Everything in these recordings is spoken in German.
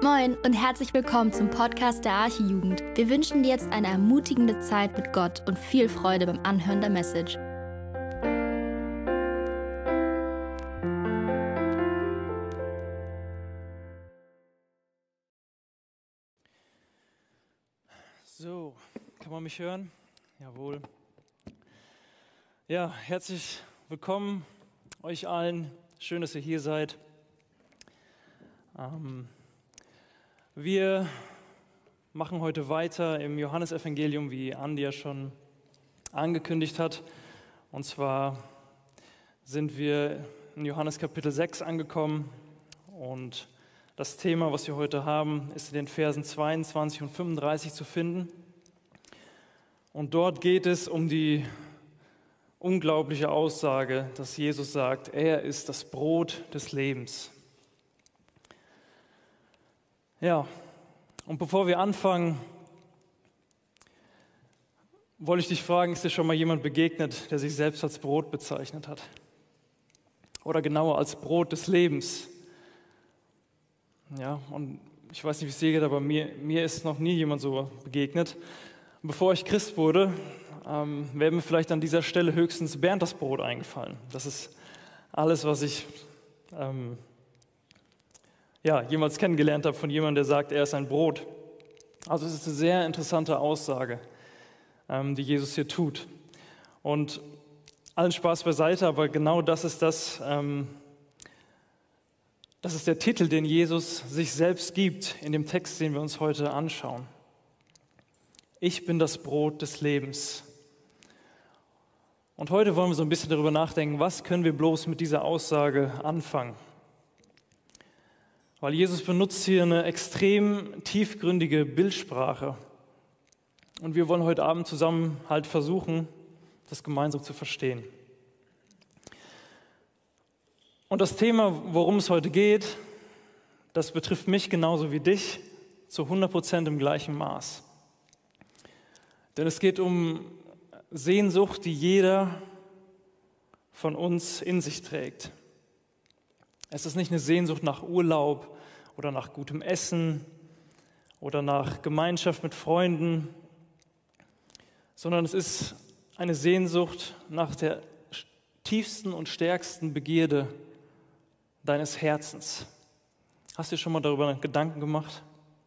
Moin und herzlich willkommen zum Podcast der Archijugend. Wir wünschen dir jetzt eine ermutigende Zeit mit Gott und viel Freude beim Anhören der Message. So, kann man mich hören? Jawohl. Ja, herzlich willkommen euch allen. Schön, dass ihr hier seid. Wir machen heute weiter im Johannesevangelium, wie Andi ja schon angekündigt hat. Und zwar sind wir in Johannes Kapitel 6 angekommen. Und das Thema, was wir heute haben, ist in den Versen 22 und 35 zu finden. Und dort geht es um die unglaubliche Aussage, dass Jesus sagt, er ist das Brot des Lebens. Ja, und bevor wir anfangen, wollte ich dich fragen, ist dir schon mal jemand begegnet, der sich selbst als Brot bezeichnet hat? Oder genauer als Brot des Lebens? Ja, und ich weiß nicht, wie es dir geht, aber mir ist noch nie jemand so begegnet. Und bevor ich Christ wurde, wäre mir vielleicht an dieser Stelle höchstens Bernd das Brot eingefallen. Das ist alles, was ich jemals kennengelernt habe von jemandem, der sagt, er ist ein Brot. Also es ist eine sehr interessante Aussage, die Jesus hier tut. Und allen Spaß beiseite, aber genau das ist das ist der Titel, den Jesus sich selbst gibt in dem Text, den wir uns heute anschauen. Ich bin das Brot des Lebens. Und heute wollen wir so ein bisschen darüber nachdenken, was können wir bloß mit dieser Aussage anfangen? Weil Jesus benutzt hier eine extrem tiefgründige Bildsprache. Und wir wollen heute Abend zusammen halt versuchen, das gemeinsam zu verstehen. Und das Thema, worum es heute geht, das betrifft mich genauso wie dich, zu 100% im gleichen Maß. Denn es geht um Sehnsucht, die jeder von uns in sich trägt. Es ist nicht eine Sehnsucht nach Urlaub oder nach gutem Essen oder nach Gemeinschaft mit Freunden, sondern es ist eine Sehnsucht nach der tiefsten und stärksten Begierde deines Herzens. Hast du dir schon mal darüber Gedanken gemacht?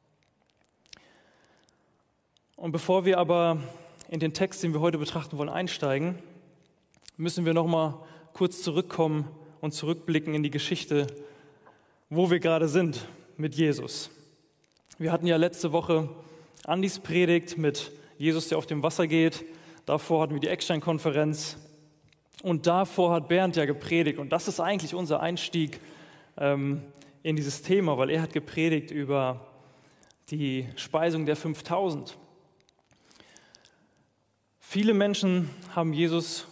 Und bevor wir aber in den Text, den wir heute betrachten wollen, einsteigen, müssen wir noch mal kurz zurückkommen und zurückblicken in die Geschichte, wo wir gerade sind mit Jesus. Wir hatten ja letzte Woche Andis Predigt mit Jesus, der auf dem Wasser geht. Davor hatten wir die Eckstein-Konferenz. Und davor hat Bernd ja gepredigt. Und das ist eigentlich unser Einstieg in dieses Thema, weil er hat gepredigt über die Speisung der 5000. Viele Menschen haben Jesus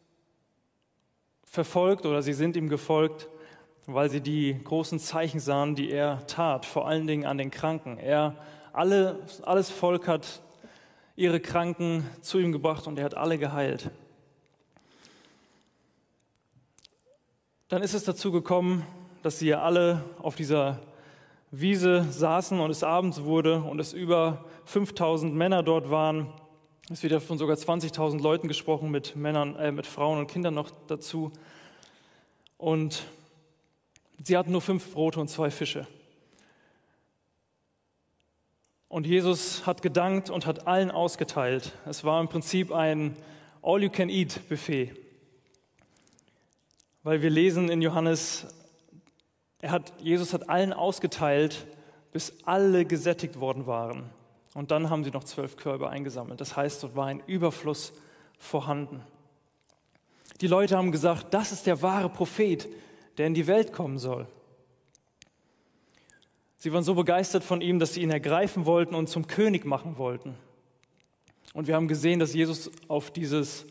verfolgt oder sie sind ihm gefolgt, weil sie die großen Zeichen sahen, die er tat, vor allen Dingen an den Kranken. Alles Volk hat ihre Kranken zu ihm gebracht und er hat alle geheilt. Dann ist es dazu gekommen, dass sie ja alle auf dieser Wiese saßen und es abends wurde und es über 5000 Männer dort waren. Es wird ja von sogar 20.000 Leuten gesprochen, mit Frauen und Kindern noch dazu. Und sie hatten nur 5 Brote und 2 Fische. Und Jesus hat gedankt und hat allen ausgeteilt. Es war im Prinzip ein All-You-Can-Eat-Buffet. Weil wir lesen in Johannes, Jesus hat allen ausgeteilt, bis alle gesättigt worden waren. Und dann haben sie noch 12 Körbe eingesammelt. Das heißt, dort war ein Überfluss vorhanden. Die Leute haben gesagt, das ist der wahre Prophet, der in die Welt kommen soll. Sie waren so begeistert von ihm, dass sie ihn ergreifen wollten und zum König machen wollten. Und wir haben gesehen, dass Jesus auf dieses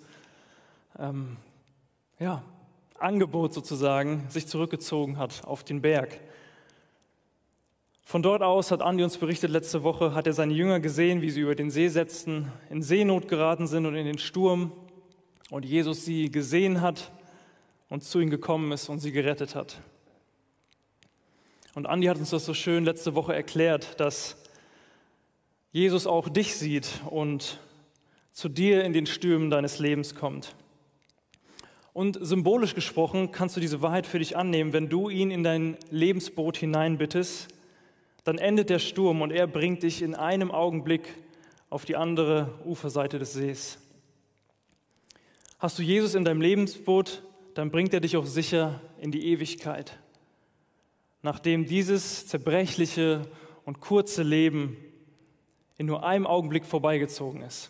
Angebot sozusagen sich zurückgezogen hat auf den Berg. Von dort aus, hat Andi uns berichtet, letzte Woche hat er seine Jünger gesehen, wie sie über den See setzten, in Seenot geraten sind und in den Sturm. Und Jesus sie gesehen hat und zu ihnen gekommen ist und sie gerettet hat. Und Andi hat uns das so schön letzte Woche erklärt, dass Jesus auch dich sieht und zu dir in den Stürmen deines Lebens kommt. Und symbolisch gesprochen kannst du diese Wahrheit für dich annehmen, wenn du ihn in dein Lebensboot hineinbittest, dann endet der Sturm und er bringt dich in einem Augenblick auf die andere Uferseite des Sees. Hast du Jesus in deinem Lebensboot, dann bringt er dich auch sicher in die Ewigkeit, nachdem dieses zerbrechliche und kurze Leben in nur einem Augenblick vorbeigezogen ist.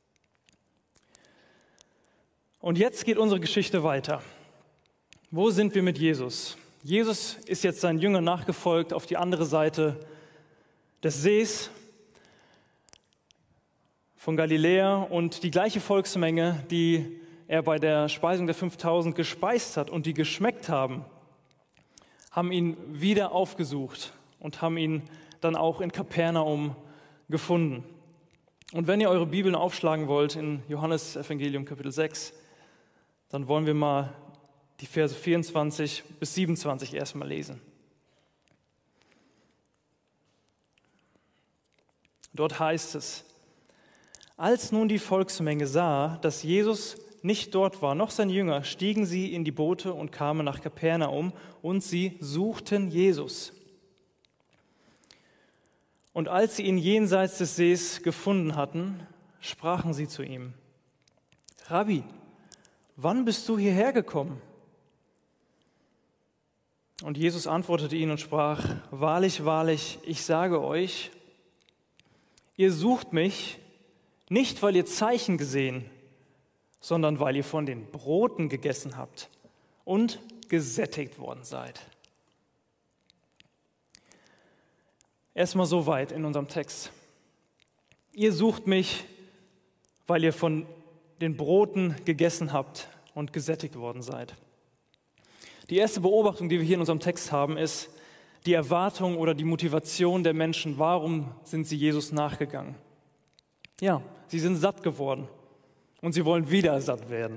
Und jetzt geht unsere Geschichte weiter. Wo sind wir mit Jesus? Jesus ist jetzt seinen Jüngern nachgefolgt auf die andere Seite des Sees von Galiläa und die gleiche Volksmenge, die er bei der Speisung der 5000 gespeist hat und die geschmeckt haben, haben ihn wieder aufgesucht und haben ihn dann auch in Kapernaum gefunden. Und wenn ihr eure Bibeln aufschlagen wollt in Johannes Evangelium Kapitel 6, dann wollen wir mal die Verse 24 bis 27 erstmal lesen. Dort heißt es: Als nun die Volksmenge sah, dass Jesus nicht dort war, noch seine Jünger, stiegen sie in die Boote und kamen nach Kapernaum, und sie suchten Jesus. Und als sie ihn jenseits des Sees gefunden hatten, sprachen sie zu ihm: Rabbi, wann bist du hierher gekommen? Und Jesus antwortete ihnen und sprach: Wahrlich, wahrlich, ich sage euch, ihr sucht mich nicht, weil ihr Zeichen gesehen, sondern weil ihr von den Broten gegessen habt und gesättigt worden seid. Erstmal so weit in unserem Text. Ihr sucht mich, weil ihr von den Broten gegessen habt und gesättigt worden seid. Die erste Beobachtung, die wir hier in unserem Text haben, ist die Erwartung oder die Motivation der Menschen. Warum sind sie Jesus nachgegangen? Ja, sie sind satt geworden und sie wollen wieder satt werden.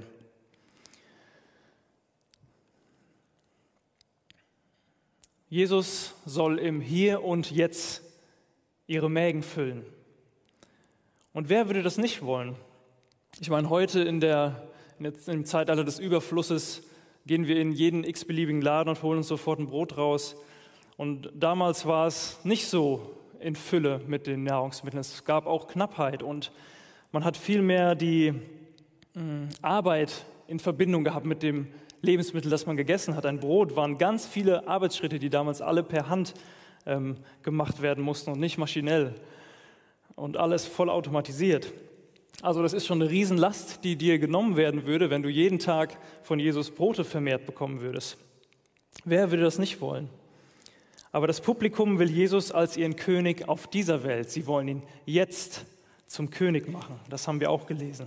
Jesus soll im Hier und Jetzt ihre Mägen füllen. Und wer würde das nicht wollen? Ich meine, heute im Zeitalter des Überflusses gehen wir in jeden x-beliebigen Laden und holen uns sofort ein Brot raus. Und damals war es nicht so in Fülle mit den Nahrungsmitteln. Es gab auch Knappheit und man hat viel mehr die Arbeit in Verbindung gehabt mit dem Lebensmittel, das man gegessen hat. Ein Brot waren ganz viele Arbeitsschritte, die damals alle per Hand gemacht werden mussten und nicht maschinell. Und alles voll automatisiert. Also das ist schon eine Riesenlast, die dir genommen werden würde, wenn du jeden Tag von Jesus Brote vermehrt bekommen würdest. Wer würde das nicht wollen? Aber das Publikum will Jesus als ihren König auf dieser Welt. Sie wollen ihn jetzt zum König machen. Das haben wir auch gelesen.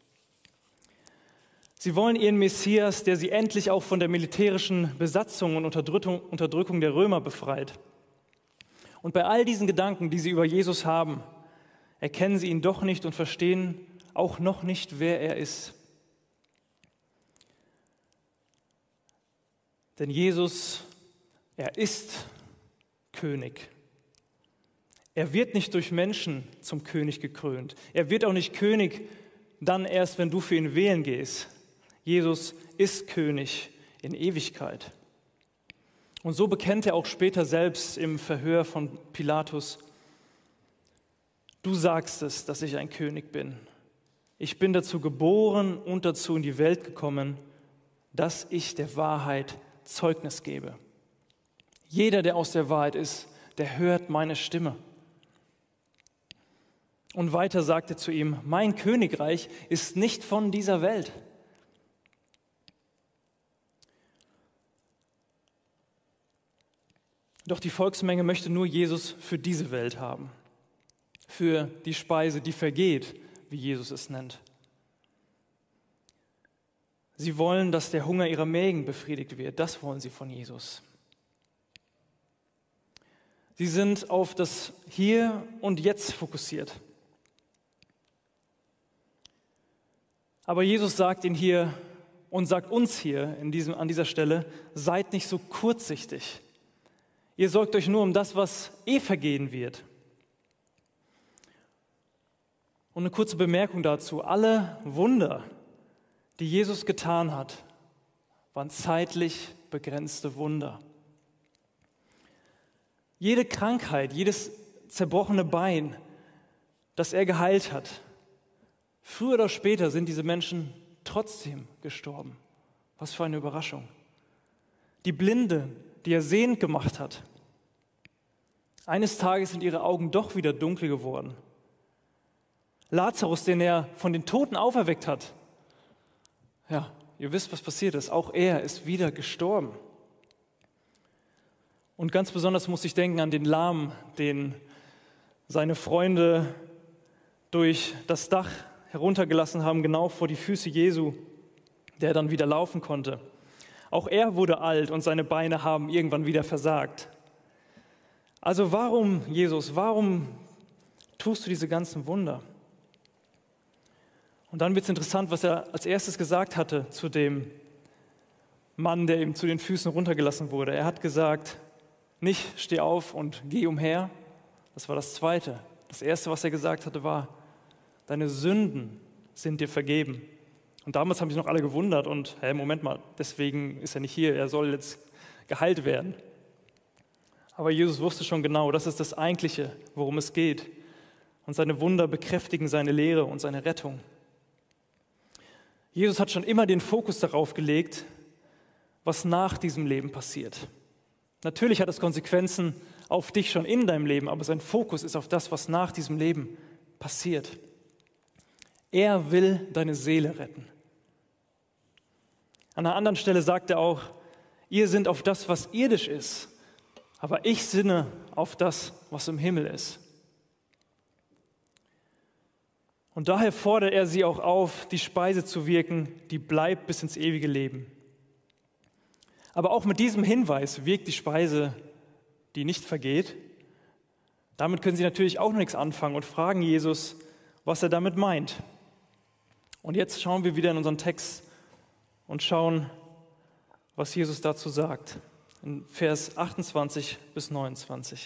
Sie wollen ihren Messias, der sie endlich auch von der militärischen Besatzung und Unterdrückung der Römer befreit. Und bei all diesen Gedanken, die sie über Jesus haben, erkennen sie ihn doch nicht und verstehen auch noch nicht, wer er ist. Denn Jesus, er ist König. Er wird nicht durch Menschen zum König gekrönt. Er wird auch nicht König dann erst, wenn du für ihn wählen gehst. Jesus ist König in Ewigkeit. Und so bekennt er auch später selbst im Verhör von Pilatus: Du sagst es, dass ich ein König bin. Ich bin dazu geboren und dazu in die Welt gekommen, dass ich der Wahrheit Zeugnis gebe. Jeder, der aus der Wahrheit ist, der hört meine Stimme. Und weiter sagt er zu ihm: Mein Königreich ist nicht von dieser Welt. Doch die Volksmenge möchte nur Jesus für diese Welt haben. Für die Speise, die vergeht, wie Jesus es nennt. Sie wollen, dass der Hunger ihrer Mägen befriedigt wird. Das wollen sie von Jesus. Sie sind auf das Hier und Jetzt fokussiert. Aber Jesus sagt ihnen hier und sagt uns hier an dieser Stelle: Seid nicht so kurzsichtig. Ihr sorgt euch nur um das, was vergehen wird. Und eine kurze Bemerkung dazu. Alle Wunder, die Jesus getan hat, waren zeitlich begrenzte Wunder. Jede Krankheit, jedes zerbrochene Bein, das er geheilt hat, früher oder später sind diese Menschen trotzdem gestorben. Was für eine Überraschung. Die Blinde, die er sehend gemacht hat, eines Tages sind ihre Augen doch wieder dunkel geworden. Lazarus, den er von den Toten auferweckt hat, ja, ihr wisst, was passiert ist. Auch er ist wieder gestorben. Und ganz besonders muss ich denken an den Lahmen, den seine Freunde durch das Dach heruntergelassen haben, genau vor die Füße Jesu, der dann wieder laufen konnte. Auch er wurde alt und seine Beine haben irgendwann wieder versagt. Also warum, Jesus, warum tust du diese ganzen Wunder? Und dann wird es interessant, was er als erstes gesagt hatte zu dem Mann, der ihm zu den Füßen runtergelassen wurde. Er hat gesagt, nicht steh auf und geh umher. Das war das Zweite. Das Erste, was er gesagt hatte, war, deine Sünden sind dir vergeben. Und damals haben sich noch alle gewundert und, Moment mal, deswegen ist er nicht hier, er soll jetzt geheilt werden. Aber Jesus wusste schon genau, das ist das Eigentliche, worum es geht. Und seine Wunder bekräftigen seine Lehre und seine Rettung. Jesus hat schon immer den Fokus darauf gelegt, was nach diesem Leben passiert. Natürlich hat es Konsequenzen auf dich schon in deinem Leben, aber sein Fokus ist auf das, was nach diesem Leben passiert. Er will deine Seele retten. An einer anderen Stelle sagt er auch, ihr sinnt auf das, was irdisch ist, aber ich sinne auf das, was im Himmel ist. Und daher fordert er sie auch auf, die Speise zu wirken, die bleibt bis ins ewige Leben. Aber auch mit diesem Hinweis wirkt die Speise, die nicht vergeht. Damit können sie natürlich auch noch nichts anfangen und fragen Jesus, was er damit meint. Und jetzt schauen wir wieder in unseren Text und schauen, was Jesus dazu sagt. In Vers 28 bis 29.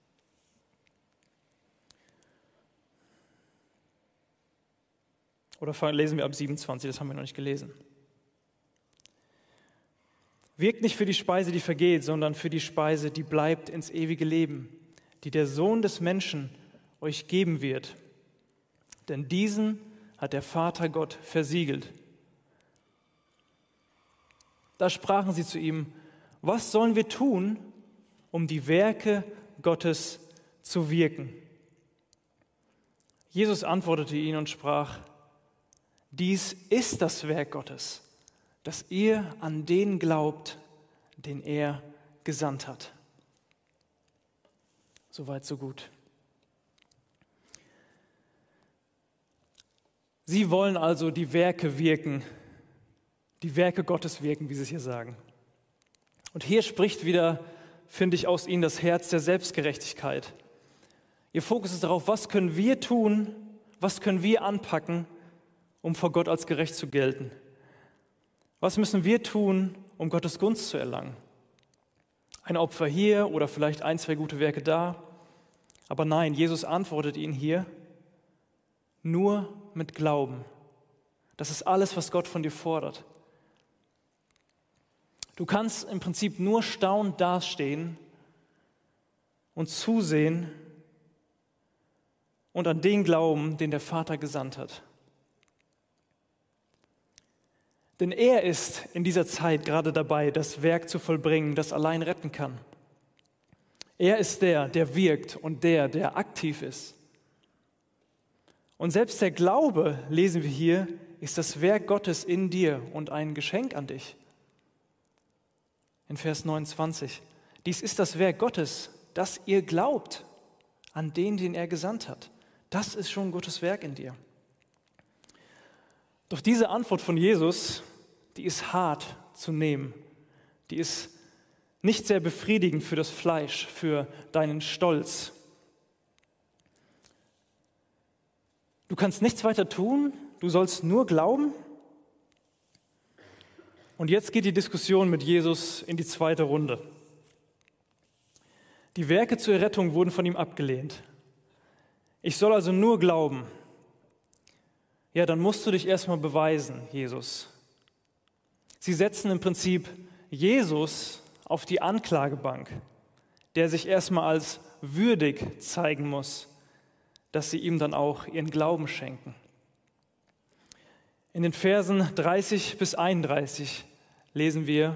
Oder lesen wir ab 27, das haben wir noch nicht gelesen. Wirkt nicht für die Speise, die vergeht, sondern für die Speise, die bleibt ins ewige Leben, die der Sohn des Menschen euch geben wird. Denn diesen hat der Vater Gott versiegelt. Da sprachen sie zu ihm, was sollen wir tun, um die Werke Gottes zu wirken? Jesus antwortete ihnen und sprach, dies ist das Werk Gottes, dass ihr an den glaubt, den er gesandt hat. Soweit, so gut. Sie wollen also die Werke wirken, die Werke Gottes wirken, wie sie es hier sagen. Und hier spricht wieder, finde ich, aus ihnen das Herz der Selbstgerechtigkeit. Ihr Fokus ist darauf, was können wir tun, was können wir anpacken, um vor Gott als gerecht zu gelten. Was müssen wir tun, um Gottes Gunst zu erlangen? Ein Opfer hier oder vielleicht 1, 2 gute Werke da. Aber nein, Jesus antwortet ihnen hier, nur mit Glauben. Das ist alles, was Gott von dir fordert. Du kannst im Prinzip nur staunend dastehen und zusehen und an den glauben, den der Vater gesandt hat. Denn er ist in dieser Zeit gerade dabei, das Werk zu vollbringen, das allein retten kann. Er ist der, der wirkt und der aktiv ist. Und selbst der Glaube, lesen wir hier, ist das Werk Gottes in dir und ein Geschenk an dich. In Vers 29. Dies ist das Werk Gottes, dass ihr glaubt an den er gesandt hat. Das ist schon Gottes Werk in dir. Doch diese Antwort von Jesus, die ist hart zu nehmen. Die ist nicht sehr befriedigend für das Fleisch, für deinen Stolz. Du kannst nichts weiter tun, du sollst nur glauben. Und jetzt geht die Diskussion mit Jesus in die zweite Runde. Die Werke zur Errettung wurden von ihm abgelehnt. Ich soll also nur glauben. Ja, dann musst du dich erstmal beweisen, Jesus. Sie setzen im Prinzip Jesus auf die Anklagebank, der sich erstmal als würdig zeigen muss, dass sie ihm dann auch ihren Glauben schenken. In den Versen 30 bis 31 lesen wir: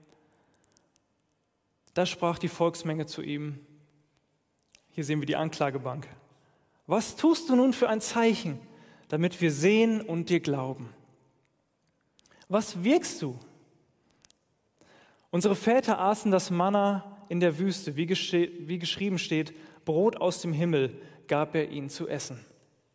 Da sprach die Volksmenge zu ihm. Hier sehen wir die Anklagebank. Was tust du nun für ein Zeichen, damit wir sehen und dir glauben? Was wirkst du? Unsere Väter aßen das Manna in der Wüste, wie geschrieben steht, Brot aus dem Himmel gab er ihnen zu essen.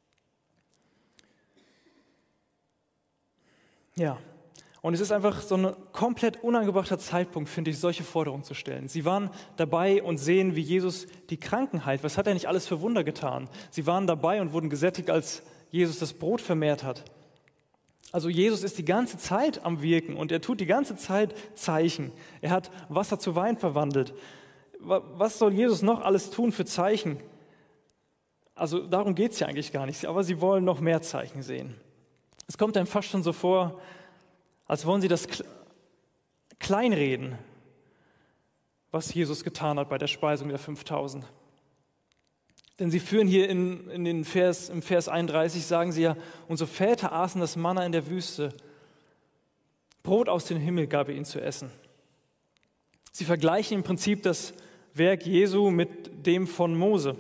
Ja, und es ist einfach so ein komplett unangebrachter Zeitpunkt, finde ich, solche Forderungen zu stellen. Sie waren dabei und sehen, wie Jesus die Kranken heilt. Was hat er nicht alles für Wunder getan? Sie waren dabei und wurden gesättigt, als Jesus das Brot vermehrt hat. Also Jesus ist die ganze Zeit am Wirken und er tut die ganze Zeit Zeichen. Er hat Wasser zu Wein verwandelt. Was soll Jesus noch alles tun für Zeichen? Also darum geht es ja eigentlich gar nicht, aber sie wollen noch mehr Zeichen sehen. Es kommt einem fast schon so vor, als wollen sie das kleinreden, was Jesus getan hat bei der Speisung der 5000. Denn sie führen hier im Vers 31, sagen sie ja, unsere Väter aßen das Manna in der Wüste. Brot aus dem Himmel gab er ihnen zu essen. Sie vergleichen im Prinzip das Werk Jesu mit dem von Mose.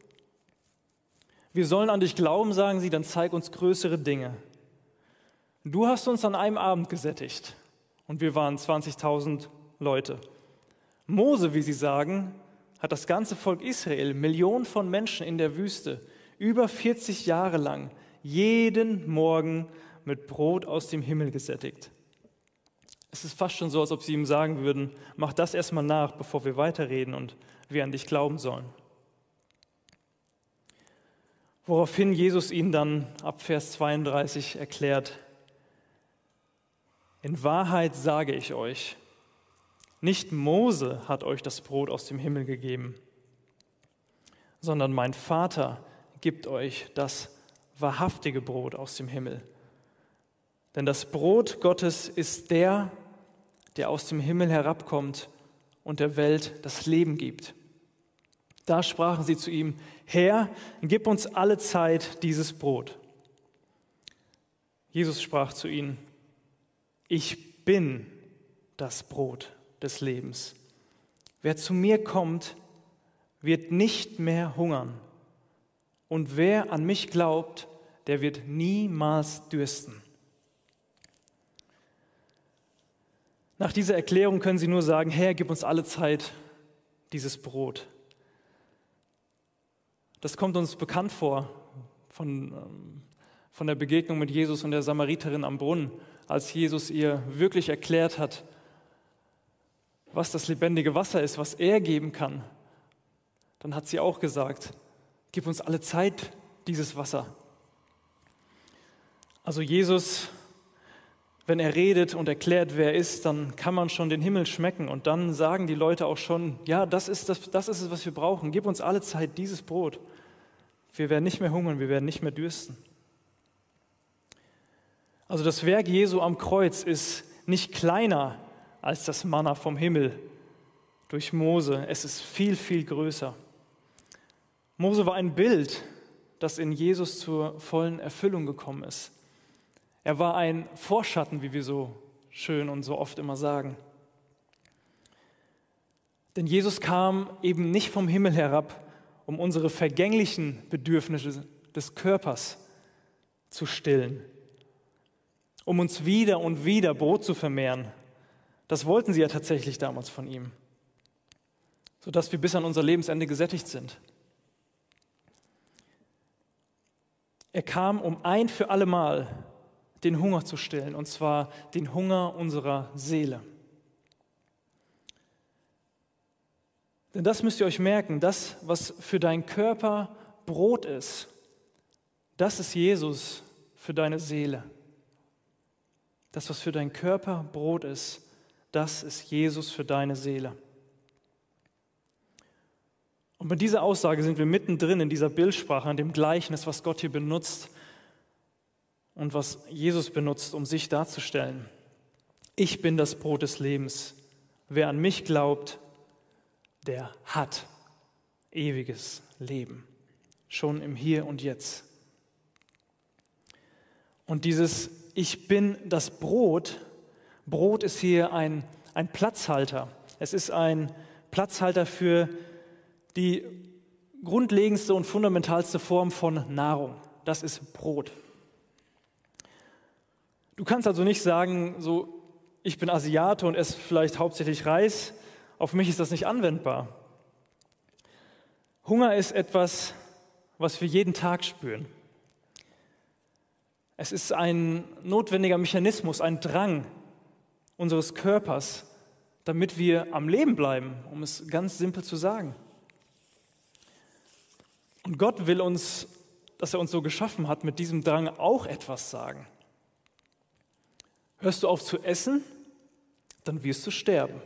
Wir sollen an dich glauben, sagen sie, dann zeig uns größere Dinge. Du hast uns an einem Abend gesättigt und wir waren 20.000 Leute. Mose, wie sie sagen, hat das ganze Volk Israel, Millionen von Menschen in der Wüste, über 40 Jahre lang, jeden Morgen mit Brot aus dem Himmel gesättigt. Es ist fast schon so, als ob sie ihm sagen würden, mach das erstmal nach, bevor wir weiterreden und wir an dich glauben sollen. Woraufhin Jesus ihnen dann ab Vers 32 erklärt: In Wahrheit sage ich euch, nicht Mose hat euch das Brot aus dem Himmel gegeben, sondern mein Vater gibt euch das wahrhaftige Brot aus dem Himmel. Denn das Brot Gottes ist der aus dem Himmel herabkommt und der Welt das Leben gibt. Da sprachen sie zu ihm: Herr, gib uns alle Zeit dieses Brot. Jesus sprach zu ihnen: Ich bin das Brot des Lebens. Wer zu mir kommt, wird nicht mehr hungern. Und wer an mich glaubt, der wird niemals dürsten. Nach dieser Erklärung können sie nur sagen: Herr, gib uns alle Zeit dieses Brot. Das kommt uns bekannt vor von der Begegnung mit Jesus und der Samariterin am Brunnen, als Jesus ihr wirklich erklärt hat, was das lebendige Wasser ist, was er geben kann. Dann hat sie auch gesagt: Gib uns alle Zeit dieses Wasser. Also Jesus, wenn er redet und erklärt, wer er ist, dann kann man schon den Himmel schmecken und dann sagen die Leute auch schon: Ja, das ist es, was wir brauchen. Gib uns alle Zeit dieses Brot. Wir werden nicht mehr hungern, wir werden nicht mehr dürsten. Also das Werk Jesu am Kreuz ist nicht kleiner als das Manna vom Himmel durch Mose. Es ist viel, viel größer. Mose war ein Bild, das in Jesus zur vollen Erfüllung gekommen ist. Er war ein Vorschatten, wie wir so schön und so oft immer sagen. Denn Jesus kam eben nicht vom Himmel herab, um unsere vergänglichen Bedürfnisse des Körpers zu stillen, um uns wieder und wieder Brot zu vermehren. Das wollten sie ja tatsächlich damals von ihm, sodass wir bis an unser Lebensende gesättigt sind. Er kam, um ein für alle Mal den Hunger zu stillen, und zwar den Hunger unserer Seele. Denn das müsst ihr euch merken, das, was für deinen Körper Brot ist, das ist Jesus für deine Seele. Das, was für deinen Körper Brot ist, das ist Jesus für deine Seele. Und mit dieser Aussage sind wir mittendrin in dieser Bildsprache, in dem Gleichnis, was Gott hier benutzt und was Jesus benutzt, um sich darzustellen. Ich bin das Brot des Lebens. Wer an mich glaubt, der hat ewiges Leben. Schon im Hier und Jetzt. Und dieses Ich bin das Brot, Brot ist hier ein Platzhalter. Es ist ein Platzhalter für die grundlegendste und fundamentalste Form von Nahrung. Das ist Brot. Du kannst also nicht sagen, so, ich bin Asiate und esse vielleicht hauptsächlich Reis. Auf mich ist das nicht anwendbar. Hunger ist etwas, was wir jeden Tag spüren. Es ist ein notwendiger Mechanismus, ein Drang unseres Körpers, damit wir am Leben bleiben, um es ganz simpel zu sagen. Und Gott will uns, dass er uns so geschaffen hat, mit diesem Drang auch etwas sagen. Hörst du auf zu essen, dann wirst du sterben.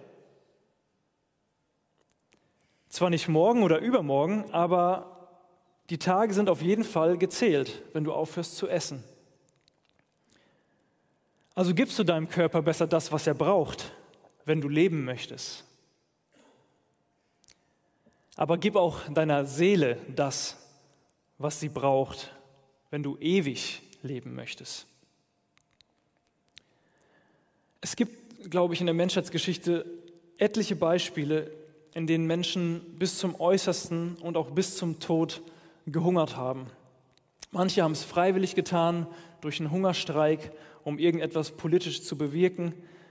Zwar nicht morgen oder übermorgen, aber die Tage sind auf jeden Fall gezählt, wenn du aufhörst zu essen. Also gibst du deinem Körper besser das, was er braucht, wenn du leben möchtest. Aber gib auch deiner Seele das, was sie braucht, wenn du ewig leben möchtest. Es gibt, glaube ich, in der Menschheitsgeschichte etliche Beispiele, in denen Menschen bis zum Äußersten und auch bis zum Tod gehungert haben. Manche haben es freiwillig getan, durch einen Hungerstreik, um irgendetwas politisch zu bewirken.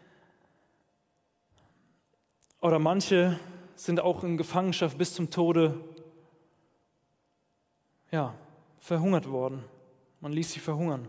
Oder manche sind auch in Gefangenschaft bis zum Tode verhungert worden. Man ließ sie verhungern.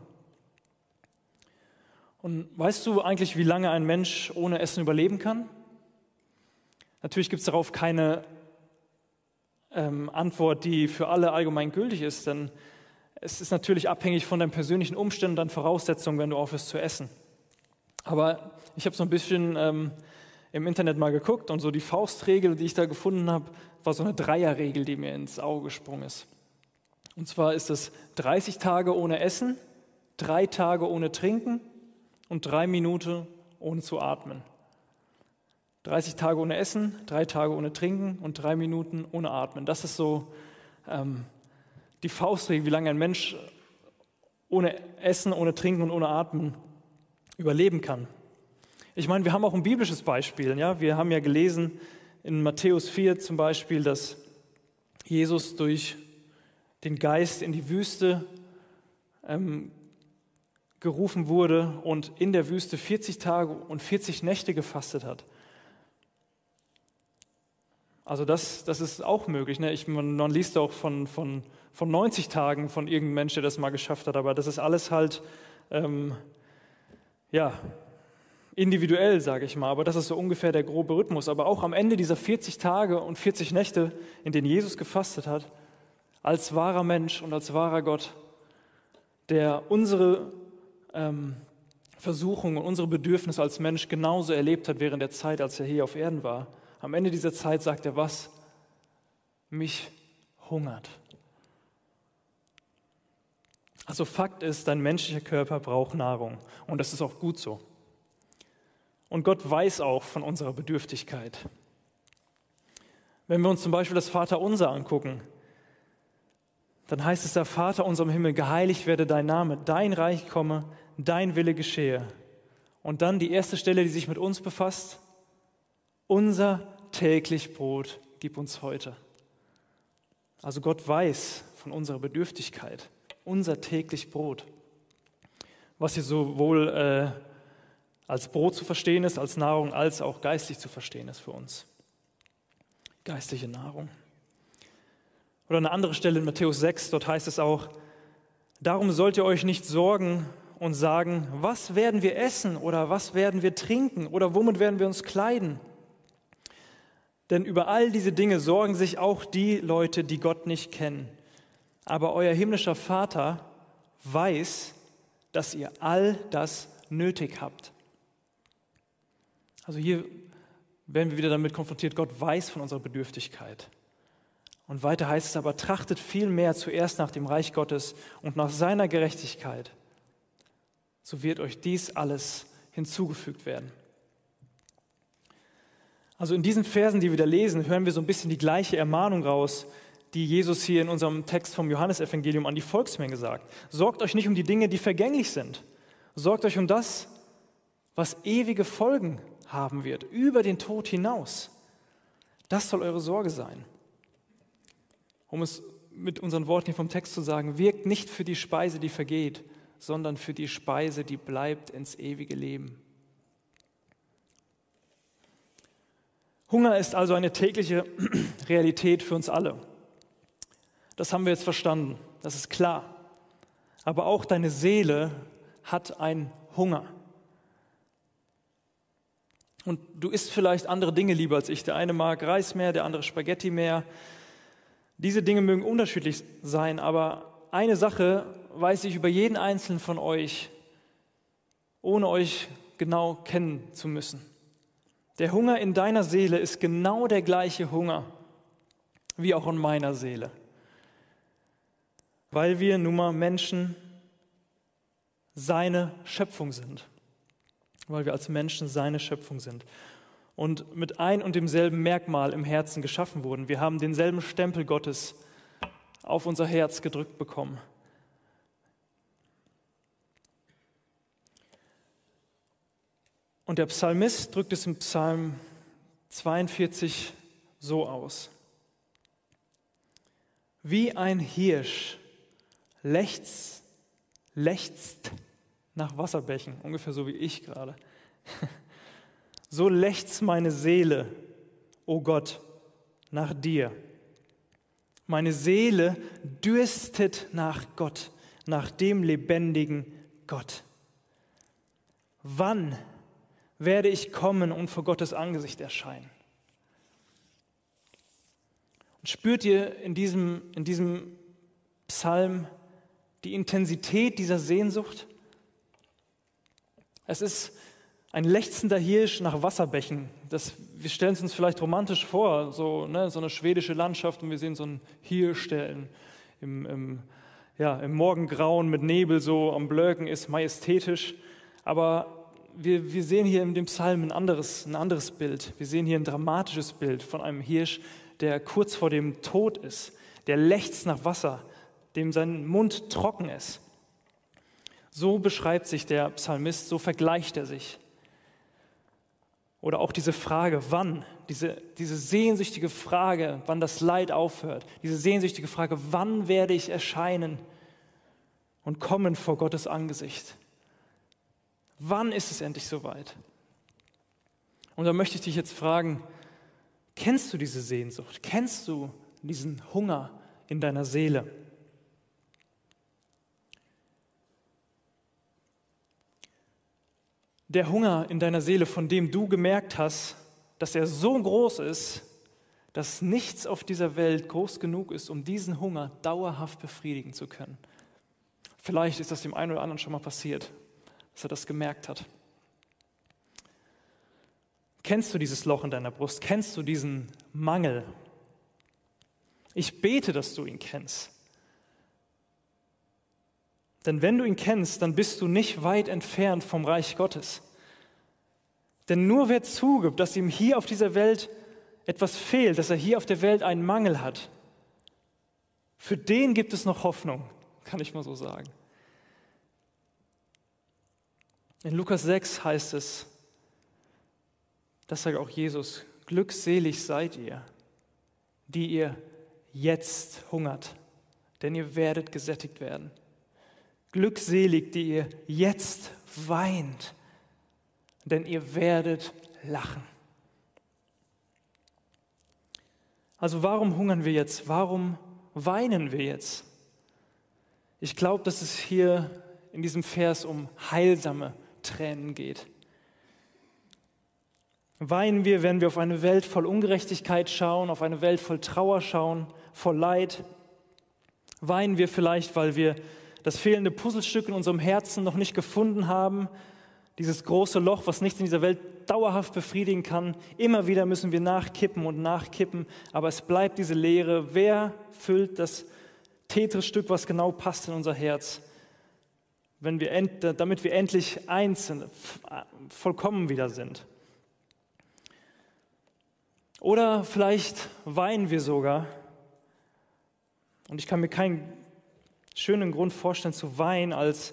Und weißt du eigentlich, wie lange ein Mensch ohne Essen überleben kann? Natürlich gibt es darauf keine Antwort, die für alle allgemein gültig ist, denn es ist natürlich abhängig von deinen persönlichen Umständen und deinen Voraussetzungen, wenn du aufhörst zu essen. Aber ich habe so ein bisschen im Internet mal geguckt und so die Faustregel, die ich da gefunden habe, war so eine Dreierregel, die mir ins Auge gesprungen ist. Und zwar ist es 30 Tage ohne Essen, 3 Tage ohne Trinken und 3 Minuten ohne zu atmen. 30 Tage ohne Essen, 3 Tage ohne Trinken und 3 Minuten ohne Atmen. Das ist so die Faustregel, wie lange ein Mensch ohne Essen, ohne Trinken und ohne Atmen überleben kann. Ich meine, wir haben auch ein biblisches Beispiel. Ja? Wir haben ja gelesen in Matthäus 4 zum Beispiel, dass Jesus durch den Geist in die Wüste gerufen wurde und in der Wüste 40 Tage und 40 Nächte gefastet hat. Also das ist auch möglich. Ne? Man liest auch von 90 Tagen von irgendeinem Mensch, der das mal geschafft hat, aber das ist alles halt individuell, sage ich mal. Aber das ist so ungefähr der grobe Rhythmus. Aber auch am Ende dieser 40 Tage und 40 Nächte, in denen Jesus gefastet hat, als wahrer Mensch und als wahrer Gott, der unsere Versuchungen und unsere Bedürfnisse als Mensch genauso erlebt hat während der Zeit, als er hier auf Erden war. Am Ende dieser Zeit sagt er was? Mich hungert. Also Fakt ist, dein menschlicher Körper braucht Nahrung und das ist auch gut so. Und Gott weiß auch von unserer Bedürftigkeit. Wenn wir uns zum Beispiel das Vaterunser angucken, dann heißt es da, Vater unser im Himmel, geheiligt werde dein Name, dein Reich komme, dein Wille geschehe. Und dann die erste Stelle, die sich mit uns befasst, unser täglich Brot gib uns heute. Also Gott weiß von unserer Bedürftigkeit, unser täglich Brot. Was hier sowohl als Brot zu verstehen ist, als Nahrung, als auch geistlich zu verstehen ist für uns. Geistliche Nahrung. Oder eine andere Stelle in Matthäus 6, dort heißt es auch, darum sollt ihr euch nicht sorgen und sagen, was werden wir essen oder was werden wir trinken oder womit werden wir uns kleiden? Denn über all diese Dinge sorgen sich auch die Leute, die Gott nicht kennen. Aber euer himmlischer Vater weiß, dass ihr all das nötig habt. Also hier werden wir wieder damit konfrontiert, Gott weiß von unserer Bedürftigkeit. Und weiter heißt es aber, trachtet vielmehr zuerst nach dem Reich Gottes und nach seiner Gerechtigkeit. So wird euch dies alles hinzugefügt werden. Also in diesen Versen, die wir da lesen, hören wir so ein bisschen die gleiche Ermahnung raus, die Jesus hier in unserem Text vom Johannesevangelium an die Volksmenge sagt. Sorgt euch nicht um die Dinge, die vergänglich sind. Sorgt euch um das, was ewige Folgen haben wird, über den Tod hinaus. Das soll eure Sorge sein. Um es mit unseren Worten hier vom Text zu sagen, wirkt nicht für die Speise, die vergeht, sondern für die Speise, die bleibt ins ewige Leben. Hunger ist also eine tägliche Realität für uns alle. Das haben wir jetzt verstanden, das ist klar. Aber auch deine Seele hat einen Hunger. Und du isst vielleicht andere Dinge lieber als ich. Der eine mag Reis mehr, der andere Spaghetti mehr. Diese Dinge mögen unterschiedlich sein, aber eine Sache weiß ich über jeden Einzelnen von euch, ohne euch genau kennen zu müssen. Der Hunger in deiner Seele ist genau der gleiche Hunger wie auch in meiner Seele. Weil wir nun mal Menschen seine Schöpfung sind. Weil wir als Menschen seine Schöpfung sind. Und mit ein und demselben Merkmal im Herzen geschaffen wurden. Wir haben denselben Stempel Gottes auf unser Herz gedrückt bekommen. Und der Psalmist drückt es im Psalm 42 so aus. Wie ein Hirsch lechzt nach Wasserbächen, ungefähr so wie ich gerade. So lechzt meine Seele, o Gott, nach dir. Meine Seele dürstet nach Gott, nach dem lebendigen Gott. Wann werde ich kommen und vor Gottes Angesicht erscheinen? Und spürt ihr in diesem Psalm die Intensität dieser Sehnsucht? Es ist ein lechzender Hirsch nach Wasserbächen. Wir stellen es uns vielleicht romantisch vor, so eine schwedische Landschaft und wir sehen so einen Hirsch, der im Morgengrauen mit Nebel so am Blöken ist, majestätisch. Aber wir sehen hier in dem Psalm ein anderes Bild. Wir sehen hier ein dramatisches Bild von einem Hirsch, der kurz vor dem Tod ist, der lechzt nach Wasser, dem sein Mund trocken ist. So beschreibt sich der Psalmist, so vergleicht er sich. Oder auch diese Frage, wann, diese sehnsüchtige Frage, wann das Leid aufhört, diese sehnsüchtige Frage, wann werde ich erscheinen und kommen vor Gottes Angesicht? Wann ist es endlich soweit? Und da möchte ich dich jetzt fragen, kennst du diese Sehnsucht? Kennst du diesen Hunger in deiner Seele? Der Hunger in deiner Seele, von dem du gemerkt hast, dass er so groß ist, dass nichts auf dieser Welt groß genug ist, um diesen Hunger dauerhaft befriedigen zu können. Vielleicht ist das dem einen oder anderen schon mal passiert, dass er das gemerkt hat. Kennst du dieses Loch in deiner Brust? Kennst du diesen Mangel? Ich bete, dass du ihn kennst. Denn wenn du ihn kennst, dann bist du nicht weit entfernt vom Reich Gottes. Denn nur wer zugibt, dass ihm hier auf dieser Welt etwas fehlt, dass er hier auf der Welt einen Mangel hat, für den gibt es noch Hoffnung, kann ich mal so sagen. In Lukas 6 heißt es, das sagt auch Jesus, glückselig seid ihr, die ihr jetzt hungert, denn ihr werdet gesättigt werden. Glückselig, die ihr jetzt weint, denn ihr werdet lachen. Also warum hungern wir jetzt? Warum weinen wir jetzt? Ich glaube, dass es hier in diesem Vers um heilsame Tränen geht. Weinen wir, wenn wir auf eine Welt voll Ungerechtigkeit schauen, auf eine Welt voll Trauer schauen, voll Leid? Weinen wir vielleicht, weil wir das fehlende Puzzlestück in unserem Herzen noch nicht gefunden haben, Dieses große Loch, was nichts in dieser Welt dauerhaft befriedigen kann. Immer wieder müssen wir nachkippen und nachkippen, aber es bleibt diese Leere. Wer füllt das Tetris-Stück, was genau passt in unser Herz, damit wir endlich eins sind, vollkommen wieder sind? Oder vielleicht weinen wir sogar. Und ich kann mir keinen schönen Grund vorstellen zu weinen, als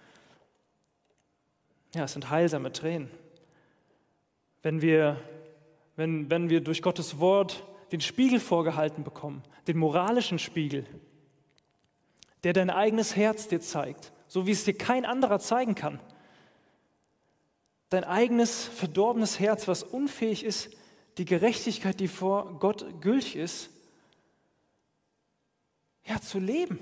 es sind heilsame Tränen. Wenn wir durch Gottes Wort den Spiegel vorgehalten bekommen, den moralischen Spiegel, der dein eigenes Herz dir zeigt, so wie es dir kein anderer zeigen kann. Dein eigenes verdorbenes Herz, was unfähig ist, die Gerechtigkeit, die vor Gott gültig ist, zu leben.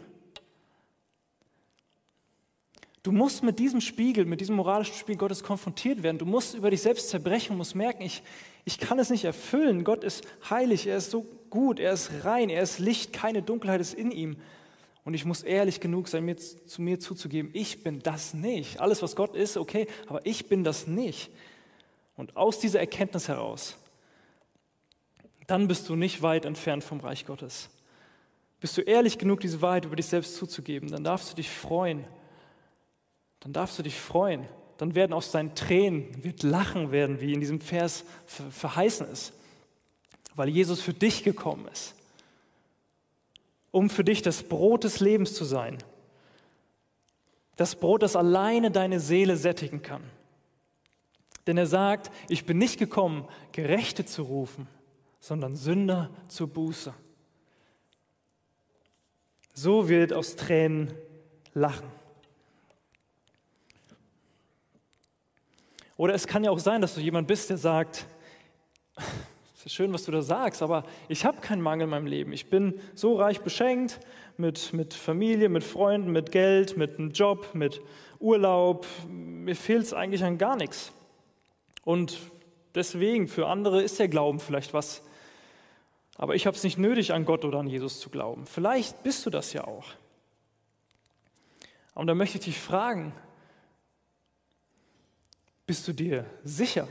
Du musst mit diesem Spiegel, mit diesem moralischen Spiegel Gottes konfrontiert werden. Du musst über dich selbst zerbrechen und musst merken, ich kann es nicht erfüllen. Gott ist heilig, er ist so gut, er ist rein, er ist Licht, keine Dunkelheit ist in ihm. Und ich muss ehrlich genug sein, zu mir zuzugeben, ich bin das nicht. Alles, was Gott ist, okay, aber ich bin das nicht. Und aus dieser Erkenntnis heraus, dann bist du nicht weit entfernt vom Reich Gottes. Bist du ehrlich genug, diese Wahrheit über dich selbst zuzugeben, dann darfst du dich freuen. Dann werden aus deinen Tränen, wird Lachen werden, wie in diesem Vers verheißen ist, weil Jesus für dich gekommen ist, um für dich das Brot des Lebens zu sein. Das Brot, das alleine deine Seele sättigen kann. Denn er sagt, ich bin nicht gekommen, Gerechte zu rufen, sondern Sünder zur Buße. So wird aus Tränen Lachen. Oder es kann ja auch sein, dass du jemand bist, der sagt, es ist schön, was du da sagst, aber ich habe keinen Mangel in meinem Leben. Ich bin so reich beschenkt mit Familie, mit Freunden, mit Geld, mit einem Job, mit Urlaub. Mir fehlt es eigentlich an gar nichts. Und deswegen, für andere ist der Glauben vielleicht was. Aber ich habe es nicht nötig, an Gott oder an Jesus zu glauben. Vielleicht bist du das ja auch. Und da möchte ich dich fragen, bist du dir sicher?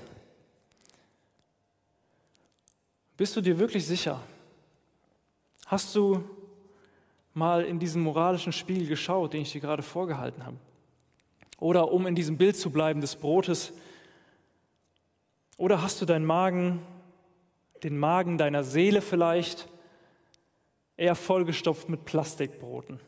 Bist du dir wirklich sicher? Hast du mal in diesen moralischen Spiegel geschaut, den ich dir gerade vorgehalten habe? Oder um in diesem Bild zu bleiben des Brotes, oder hast du den Magen deiner Seele vielleicht eher vollgestopft mit Plastikbroten?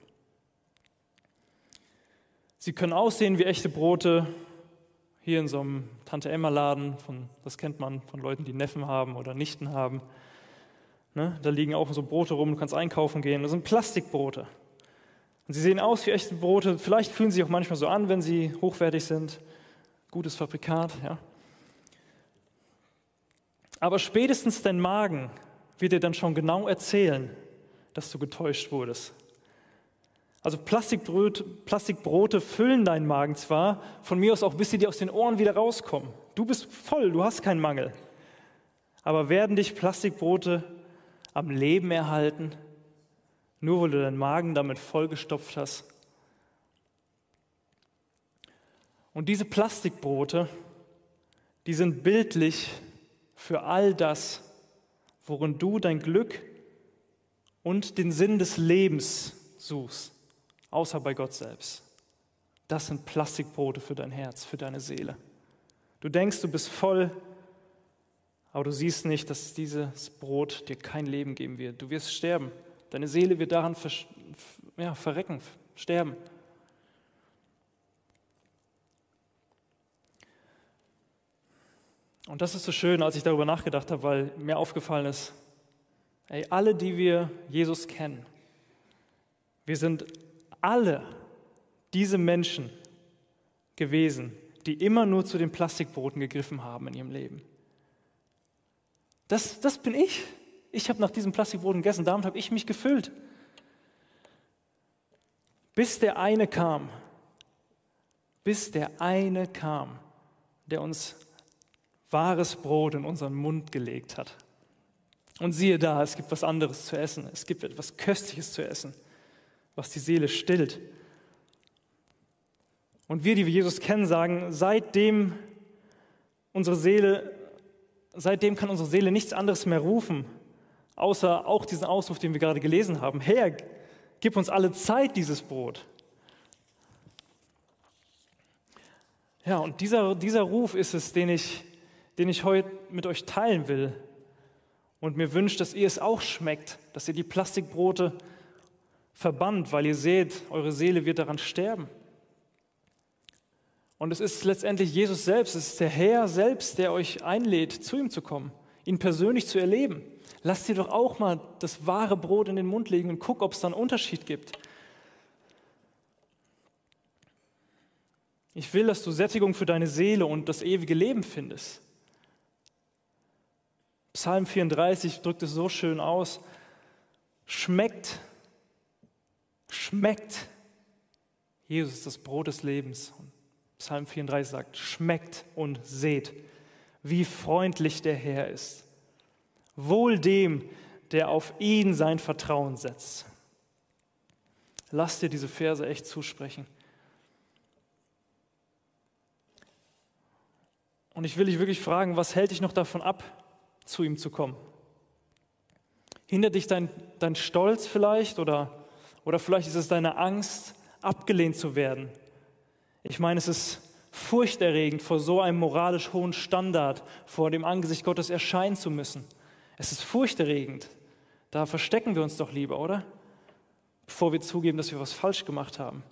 Sie können aussehen wie echte Brote, hier in so einem Tante-Emma-Laden, das kennt man von Leuten, die Neffen haben oder Nichten haben. Ne? Da liegen auch so Brote rum, du kannst einkaufen gehen. Das sind Plastikbrote. Und sie sehen aus wie echte Brote. Vielleicht fühlen sie sich auch manchmal so an, wenn sie hochwertig sind. Gutes Fabrikat, ja. Aber spätestens dein Magen wird dir dann schon genau erzählen, dass du getäuscht wurdest. Also Plastikbrote füllen deinen Magen zwar, von mir aus auch, bis sie dir aus den Ohren wieder rauskommen. Du bist voll, du hast keinen Mangel. Aber werden dich Plastikbrote am Leben erhalten, nur weil du deinen Magen damit vollgestopft hast? Und diese Plastikbrote, die sind bildlich für all das, worin du dein Glück und den Sinn des Lebens suchst. Außer bei Gott selbst. Das sind Plastikbrote für dein Herz, für deine Seele. Du denkst, du bist voll, aber du siehst nicht, dass dieses Brot dir kein Leben geben wird. Du wirst sterben. Deine Seele wird daran verrecken, sterben. Und das ist so schön, als ich darüber nachgedacht habe, weil mir aufgefallen ist, alle, die wir Jesus kennen, wir sind alle diese Menschen gewesen, die immer nur zu den Plastikbroten gegriffen haben in ihrem Leben. Das bin ich. Ich habe nach diesen Plastikbroten gegessen, damit habe ich mich gefüllt. Bis der eine kam, der uns wahres Brot in unseren Mund gelegt hat. Und siehe da, es gibt was anderes zu essen. Es gibt etwas Köstliches zu essen, was die Seele stillt. Und wir, die wir Jesus kennen, sagen, seitdem kann unsere Seele nichts anderes mehr rufen, außer auch diesen Ausruf, den wir gerade gelesen haben. Herr, gib uns alle Zeit dieses Brot. Ja, und dieser Ruf ist es, den ich heute mit euch teilen will. Und mir wünscht, dass ihr es auch schmeckt, dass ihr die Plastikbrote verbannt, weil ihr seht, eure Seele wird daran sterben. Und es ist letztendlich Jesus selbst, es ist der Herr selbst, der euch einlädt, zu ihm zu kommen, ihn persönlich zu erleben. Lasst dir doch auch mal das wahre Brot in den Mund legen und guck, ob es da einen Unterschied gibt. Ich will, dass du Sättigung für deine Seele und das ewige Leben findest. Psalm 34 drückt es so schön aus. Schmeckt, Jesus ist das Brot des Lebens. Und Psalm 34 sagt, schmeckt und seht, wie freundlich der Herr ist. Wohl dem, der auf ihn sein Vertrauen setzt. Lass dir diese Verse echt zusprechen. Und ich will dich wirklich fragen, was hält dich noch davon ab, zu ihm zu kommen? Hindert dich dein Stolz vielleicht oder vielleicht ist es deine Angst, abgelehnt zu werden? Ich meine, es ist furchterregend, vor so einem moralisch hohen Standard, vor dem Angesicht Gottes erscheinen zu müssen. Es ist furchterregend. Da verstecken wir uns doch lieber, oder? Bevor wir zugeben, dass wir was falsch gemacht haben.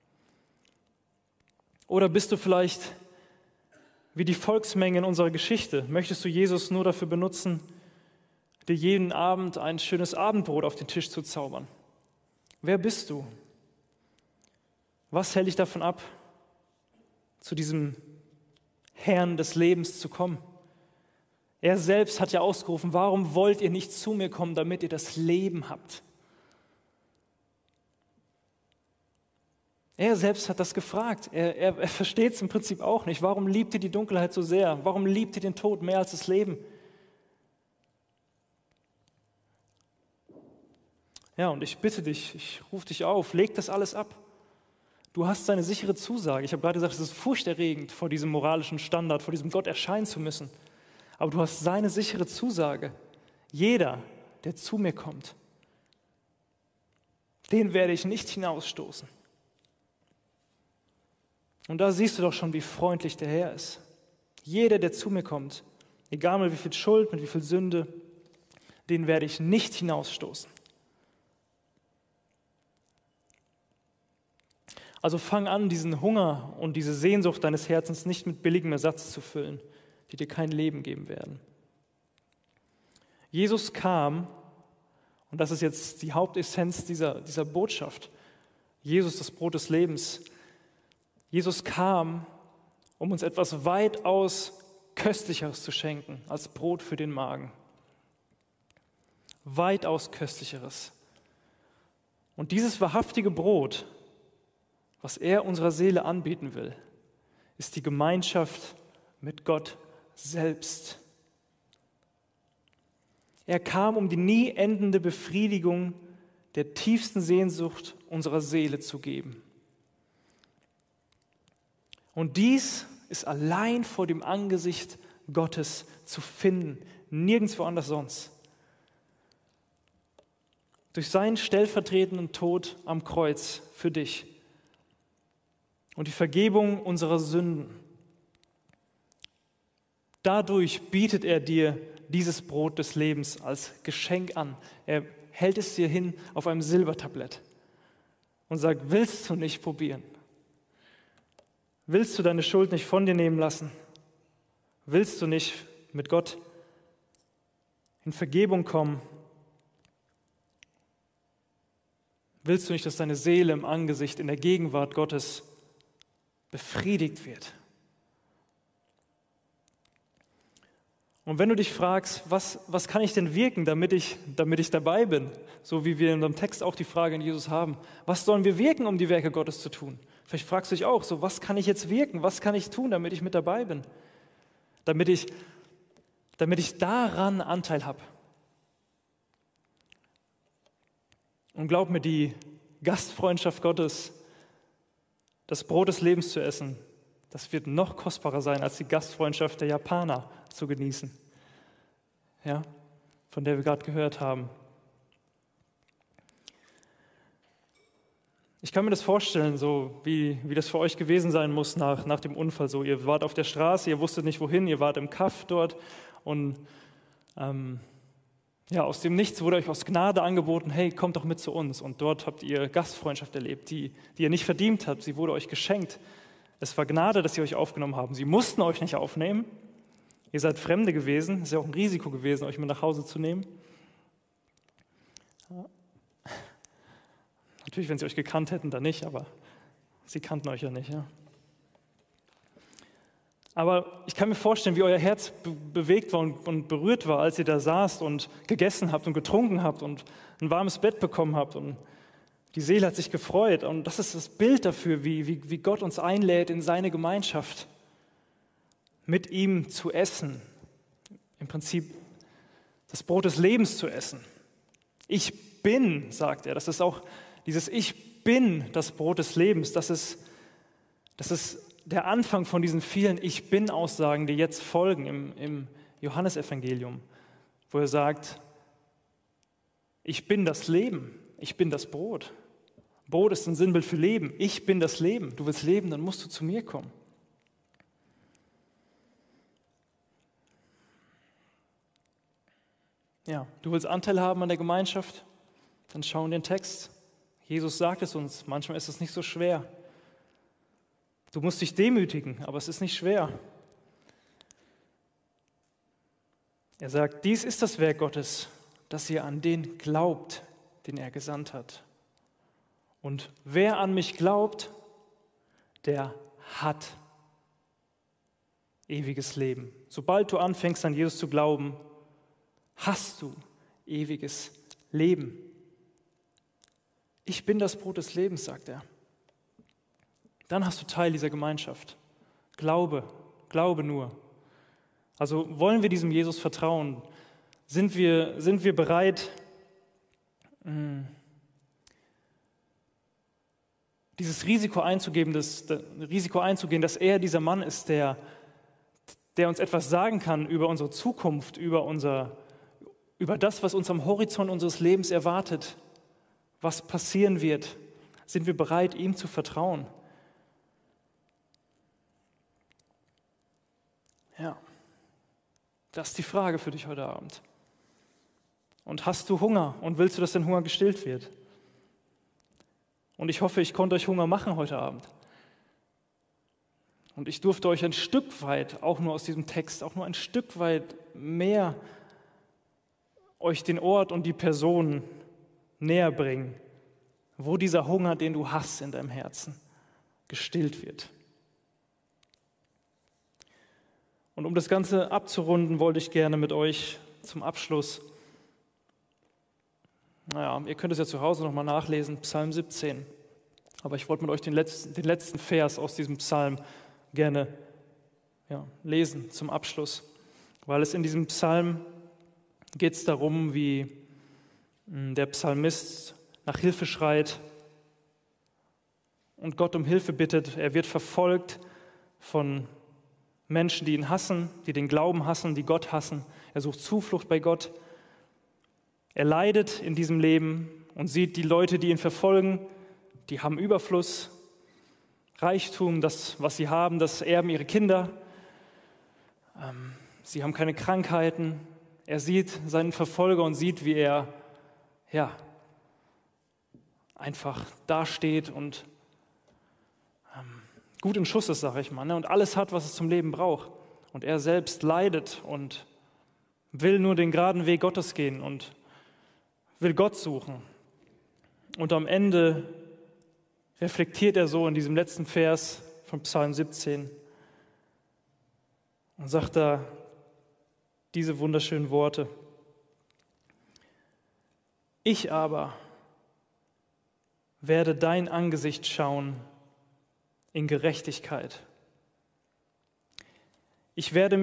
Oder bist du vielleicht wie die Volksmenge in unserer Geschichte? Möchtest du Jesus nur dafür benutzen, dir jeden Abend ein schönes Abendbrot auf den Tisch zu zaubern? Wer bist du? Was hält dich davon ab, zu diesem Herrn des Lebens zu kommen? Er selbst hat ja ausgerufen, warum wollt ihr nicht zu mir kommen, damit ihr das Leben habt? Er selbst hat das gefragt. Er versteht es im Prinzip auch nicht. Warum liebt ihr die Dunkelheit so sehr? Warum liebt ihr den Tod mehr als das Leben? Ja, und ich bitte dich, ich rufe dich auf, leg das alles ab. Du hast seine sichere Zusage. Ich habe gerade gesagt, es ist furchterregend, vor diesem moralischen Standard, vor diesem Gott erscheinen zu müssen. Aber du hast seine sichere Zusage. Jeder, der zu mir kommt, den werde ich nicht hinausstoßen. Und da siehst du doch schon, wie freundlich der Herr ist. Jeder, der zu mir kommt, egal mit wie viel Schuld, mit wie viel Sünde, den werde ich nicht hinausstoßen. Also fang an, diesen Hunger und diese Sehnsucht deines Herzens nicht mit billigem Ersatz zu füllen, die dir kein Leben geben werden. Jesus kam, und das ist jetzt die Hauptessenz dieser Botschaft, Jesus, das Brot des Lebens. Jesus kam, um uns etwas weitaus Köstlicheres zu schenken als Brot für den Magen. Weitaus Köstlicheres. Und dieses wahrhaftige Brot, was er unserer Seele anbieten will, ist die Gemeinschaft mit Gott selbst. Er kam, um die nie endende Befriedigung der tiefsten Sehnsucht unserer Seele zu geben. Und dies ist allein vor dem Angesicht Gottes zu finden, nirgendwo anders sonst. Durch seinen stellvertretenden Tod am Kreuz für dich und die Vergebung unserer Sünden. Dadurch bietet er dir dieses Brot des Lebens als Geschenk an. Er hält es dir hin auf einem Silbertablett und sagt, willst du nicht probieren? Willst du deine Schuld nicht von dir nehmen lassen? Willst du nicht mit Gott in Vergebung kommen? Willst du nicht, dass deine Seele im Angesicht, in der Gegenwart Gottes befriedigt wird? Und wenn du dich fragst, was kann ich denn wirken, damit ich dabei bin, so wie wir in unserem Text auch die Frage an Jesus haben, was sollen wir wirken, um die Werke Gottes zu tun? Vielleicht fragst du dich auch so, was kann ich jetzt wirken, was kann ich tun, damit ich mit dabei bin, damit ich daran Anteil habe. Und glaub mir, die Gastfreundschaft Gottes das Brot des Lebens zu essen, das wird noch kostbarer sein, als die Gastfreundschaft der Japaner zu genießen, ja, von der wir gerade gehört haben. Ich kann mir das vorstellen, so wie das für euch gewesen sein muss nach dem Unfall. So, ihr wart auf der Straße, ihr wusstet nicht wohin, ihr wart im Kaff dort und aus dem Nichts wurde euch aus Gnade angeboten, hey, kommt doch mit zu uns. Und dort habt ihr Gastfreundschaft erlebt, die ihr nicht verdient habt. Sie wurde euch geschenkt. Es war Gnade, dass sie euch aufgenommen haben. Sie mussten euch nicht aufnehmen. Ihr seid Fremde gewesen. Es ist ja auch ein Risiko gewesen, euch mit nach Hause zu nehmen. Natürlich, wenn sie euch gekannt hätten, dann nicht, aber sie kannten euch ja nicht. Ja. Aber ich kann mir vorstellen, wie euer Herz bewegt war und berührt war, als ihr da saßt und gegessen habt und getrunken habt und ein warmes Bett bekommen habt. Und die Seele hat sich gefreut. Und das ist das Bild dafür, wie Gott uns einlädt in seine Gemeinschaft, mit ihm zu essen. Im Prinzip das Brot des Lebens zu essen. Ich bin, sagt er. Das ist auch dieses Ich bin, das Brot des Lebens. Das ist der Anfang von diesen vielen Ich-Bin-Aussagen, die jetzt folgen im Johannesevangelium, wo er sagt, ich bin das Leben, ich bin das Brot. Brot ist ein Sinnbild für Leben. Ich bin das Leben. Du willst leben, dann musst du zu mir kommen. Ja, du willst Anteil haben an der Gemeinschaft? Dann schau in den Text. Jesus sagt es uns, manchmal ist es nicht so schwer. Du musst dich demütigen, aber es ist nicht schwer. Er sagt, dies ist das Werk Gottes, dass ihr an den glaubt, den er gesandt hat. Und wer an mich glaubt, der hat ewiges Leben. Sobald du anfängst, an Jesus zu glauben, hast du ewiges Leben. Ich bin das Brot des Lebens, sagt er. Dann hast du Teil dieser Gemeinschaft. Glaube nur. Also wollen wir diesem Jesus vertrauen? Sind wir bereit, dieses Risiko einzugehen, dass er dieser Mann ist, der uns etwas sagen kann über unsere Zukunft, über das, was uns am Horizont unseres Lebens erwartet, was passieren wird? Sind wir bereit, ihm zu vertrauen? Ja, das ist die Frage für dich heute Abend. Und hast du Hunger und willst du, dass dein Hunger gestillt wird? Und ich hoffe, ich konnte euch Hunger machen heute Abend. Und ich durfte euch ein Stück weit, auch nur aus diesem Text, auch nur ein Stück weit mehr euch den Ort und die Person näher bringen, wo dieser Hunger, den du hast in deinem Herzen, gestillt wird. Und um das Ganze abzurunden, wollte ich gerne mit euch zum Abschluss, ihr könnt es ja zu Hause nochmal nachlesen, Psalm 17, aber ich wollte mit euch den letzten Vers aus diesem Psalm gerne lesen zum Abschluss, weil es in diesem Psalm geht es darum, wie der Psalmist nach Hilfe schreit und Gott um Hilfe bittet. Er wird verfolgt von Menschen, die ihn hassen, die den Glauben hassen, die Gott hassen. Er sucht Zuflucht bei Gott. Er leidet in diesem Leben und sieht die Leute, die ihn verfolgen, die haben Überfluss, Reichtum, das, was sie haben, das erben ihre Kinder. Sie haben keine Krankheiten. Er sieht seinen Verfolger und sieht, wie er einfach dasteht und gut in Schuss ist, sage ich mal, und alles hat, was es zum Leben braucht. Und er selbst leidet und will nur den geraden Weg Gottes gehen und will Gott suchen. Und am Ende reflektiert er so in diesem letzten Vers von Psalm 17 und sagt da diese wunderschönen Worte. Ich aber werde dein Angesicht schauen in Gerechtigkeit. Ich werde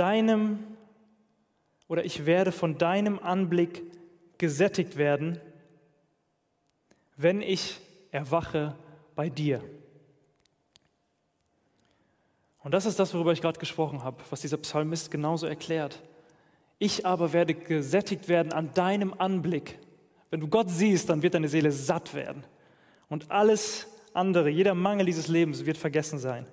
von deinem Anblick gesättigt werden, wenn ich erwache bei dir. Und das ist das, worüber ich gerade gesprochen habe, was dieser Psalmist genauso erklärt. Ich aber werde gesättigt werden an deinem Anblick. Wenn du Gott siehst, dann wird deine Seele satt werden. Und alles andere, jeder Mangel dieses Lebens wird vergessen sein.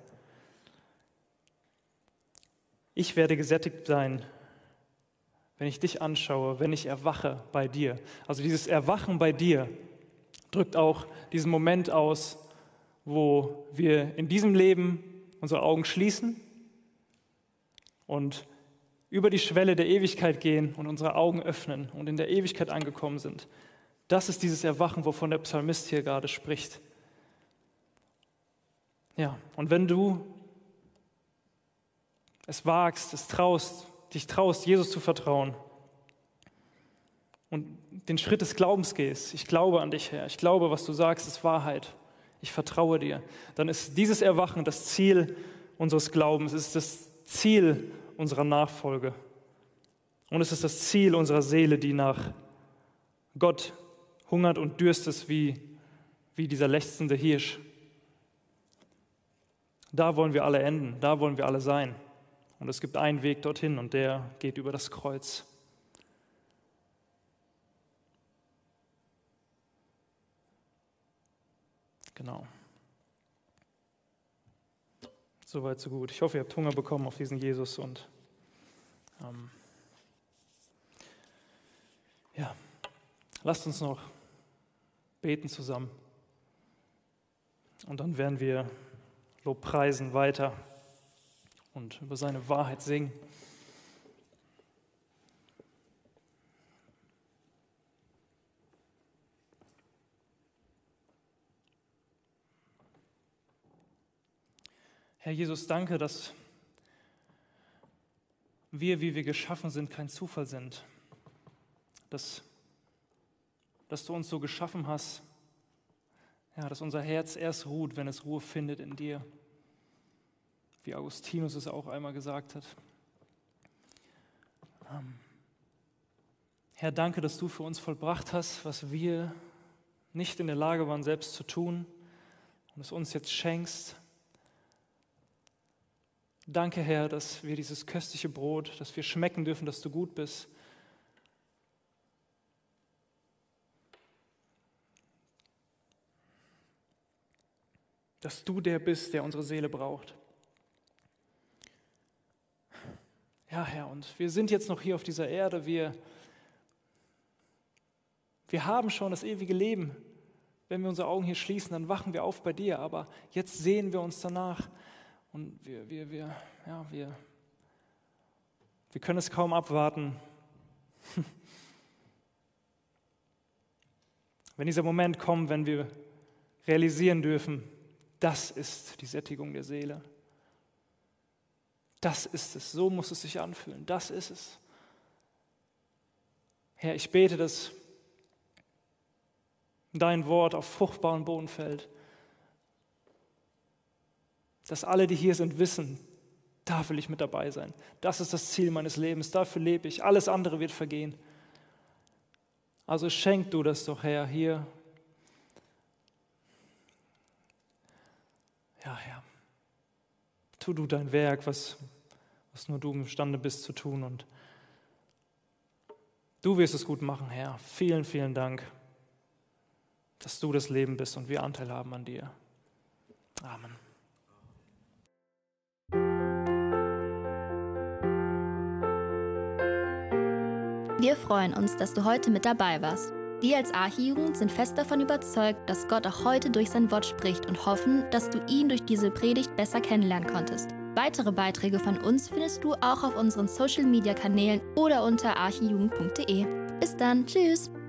Ich werde gesättigt sein, wenn ich dich anschaue, wenn ich erwache bei dir. Also dieses Erwachen bei dir drückt auch diesen Moment aus, wo wir in diesem Leben unsere Augen schließen und über die Schwelle der Ewigkeit gehen und unsere Augen öffnen und in der Ewigkeit angekommen sind. Das ist dieses Erwachen, wovon der Psalmist hier gerade spricht. Ja, und wenn du es wagst, dich traust, Jesus zu vertrauen und den Schritt des Glaubens gehst, ich glaube an dich, Herr, ich glaube, was du sagst, ist Wahrheit, ich vertraue dir, dann ist dieses Erwachen das Ziel unseres Glaubens, es ist das Ziel unserer Nachfolge und es ist das Ziel unserer Seele, die nach Gott hungert und dürstet wie dieser lechzende Hirsch. Da wollen wir alle enden, da wollen wir alle sein. Und es gibt einen Weg dorthin und der geht über das Kreuz. Genau. Soweit, so gut. Ich hoffe, ihr habt Hunger bekommen auf diesen Jesus und ja, lasst uns noch beten zusammen. Und dann werden wir Lobpreisen weiter und über seine Wahrheit singen. Herr Jesus, danke, dass wir, wie wir geschaffen sind, kein Zufall sind. Dass du uns so geschaffen hast, ja, dass unser Herz erst ruht, wenn es Ruhe findet in dir. Wie Augustinus es auch einmal gesagt hat. Herr, danke, dass du für uns vollbracht hast, was wir nicht in der Lage waren, selbst zu tun und es uns jetzt schenkst. Danke, Herr, dass wir dieses köstliche Brot, dass wir schmecken dürfen, dass du gut bist. Dass du der bist, der unsere Seele braucht. Ja, Herr, und wir sind jetzt noch hier auf dieser Erde, wir haben schon das ewige Leben. Wenn wir unsere Augen hier schließen, dann wachen wir auf bei dir, aber jetzt sehen wir uns danach und wir können es kaum abwarten. Wenn dieser Moment kommt, wenn wir realisieren dürfen, das ist die Sättigung der Seele. Das ist es, so muss es sich anfühlen, das ist es. Herr, ich bete, dass dein Wort auf fruchtbaren Boden fällt, dass alle, die hier sind, wissen, da will ich mit dabei sein. Das ist das Ziel meines Lebens, dafür lebe ich, alles andere wird vergehen. Also schenk du das doch, Herr, hier. Ja, Herr. Tu du dein Werk, was nur du imstande bist zu tun. Und du wirst es gut machen, Herr. Vielen, vielen Dank, dass du das Leben bist und wir Anteil haben an dir. Amen. Wir freuen uns, dass du heute mit dabei warst. Wir als Archijugend sind fest davon überzeugt, dass Gott auch heute durch sein Wort spricht und hoffen, dass du ihn durch diese Predigt besser kennenlernen konntest. Weitere Beiträge von uns findest du auch auf unseren Social-Media-Kanälen oder unter archijugend.de. Bis dann, tschüss!